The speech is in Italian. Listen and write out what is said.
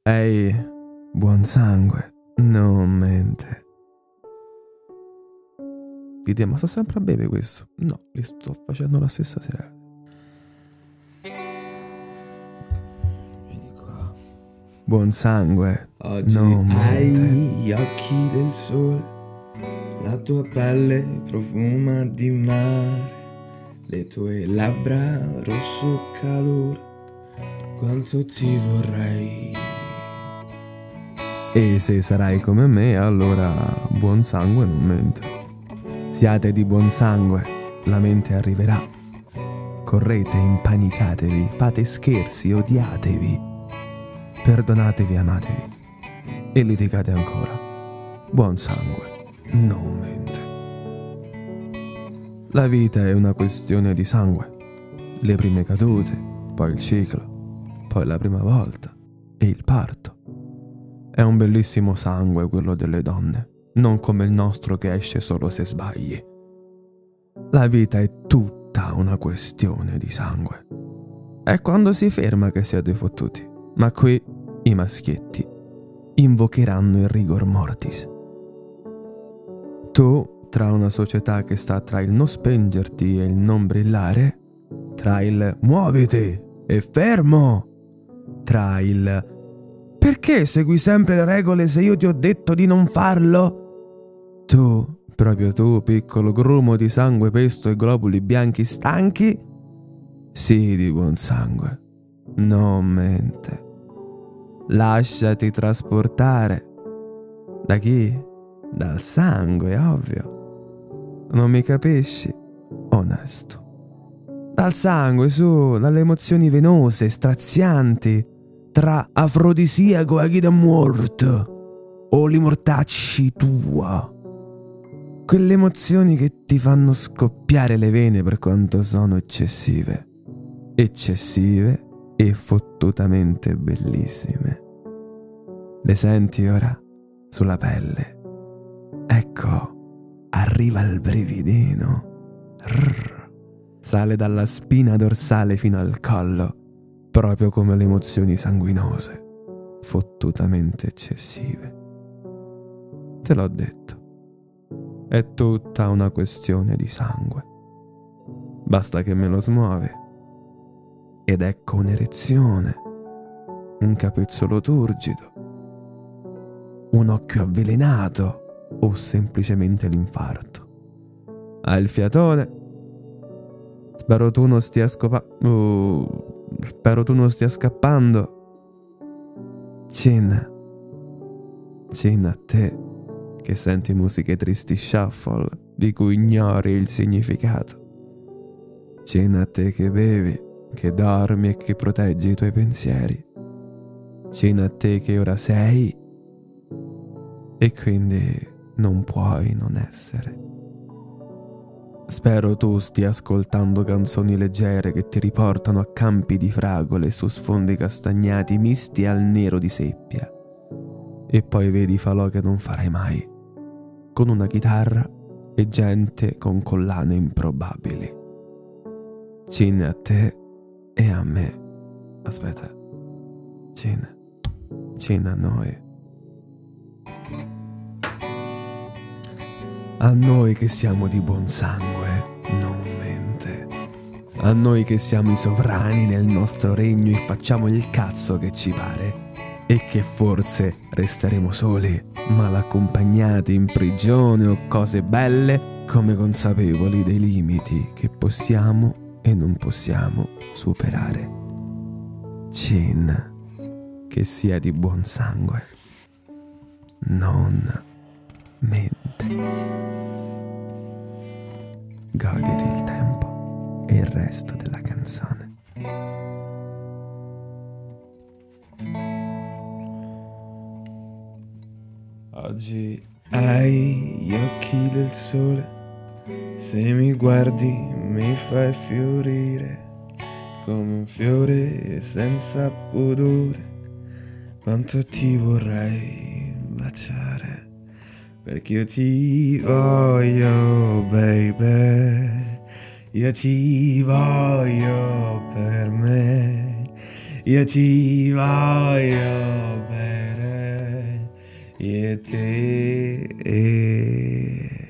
Ehi, buon sangue, non mente. Dite, ma sto sempre a bere questo? No, li sto facendo la stessa serata. Vieni qua. Buon sangue, Oggi non hai mente. gli occhi del sole, la tua pelle profuma di mare, le tue labbra rosso calore, quanto ti vorrei. E se sarai come me, allora buon sangue non mente. Siate di buon sangue, la mente arriverà. Correte, impanicatevi, fate scherzi, odiatevi. Perdonatevi, amatevi. E litigate ancora. Buon sangue, non mente. La vita è una questione di sangue. Le prime cadute, poi il ciclo, poi la prima volta e il parto. È un bellissimo sangue quello delle donne, non come il nostro che esce solo se sbagli. La vita è tutta una questione di sangue. È quando si ferma che siete fottuti, ma qui i maschietti invocheranno il rigor mortis. Tu, tra una società che sta tra il non spengerti e il non brillare, tra il muoviti e fermo, tra il perché segui sempre le regole se io ti ho detto di non farlo? Tu, proprio tu, piccolo grumo di sangue pesto e globuli bianchi stanchi? Sì, di buon sangue, non mente. Lasciati trasportare. Da chi? Dal sangue, ovvio. Non mi capisci? Onesto. Dal sangue, su, dalle emozioni venose, strazianti, tra afrodisiaco e chi da morto, o li mortacci tua. Quelle emozioni che ti fanno scoppiare le vene per quanto sono eccessive. Eccessive e fottutamente bellissime. Le senti ora? Sulla pelle. Ecco, arriva il brividino. Rrr. Sale dalla spina dorsale fino al collo, proprio come le emozioni sanguinose, fottutamente eccessive. Te l'ho detto. È tutta una questione di sangue. Basta che me lo smuove. Ed ecco un'erezione, un capezzolo turgido, un occhio avvelenato o semplicemente l'infarto. Ha il fiatone. Spero tu non stia spero tu non stia scappando. Cin a te che senti musiche tristi shuffle di cui ignori il significato. Cin a te che bevi, che dormi e che proteggi i tuoi pensieri. Cin a te che ora sei e quindi non puoi non essere. Spero tu stia ascoltando canzoni leggere che ti riportano a campi di fragole su sfondi castagnati misti al nero di seppia. E poi vedi falò che non farai mai, con una chitarra e gente con collane improbabili. Cin a te e a me. Aspetta. Cin a noi. A noi che siamo di buon sangue, non mente. A noi che siamo i sovrani nel nostro regno e facciamo il cazzo che ci pare. E che forse resteremo soli, mal accompagnati in prigione o cose belle, come consapevoli dei limiti che possiamo e non possiamo superare. Cin, che sia di buon sangue, non mente. Goditi il tempo e il resto della canzone. Oggi hai gli occhi del sole, se mi guardi mi fai fiorire come un fiore senza pudore, quanto ti vorrei baciare, perché io ti voglio, baby, io ti voglio per me, io ti voglio bene, io e te.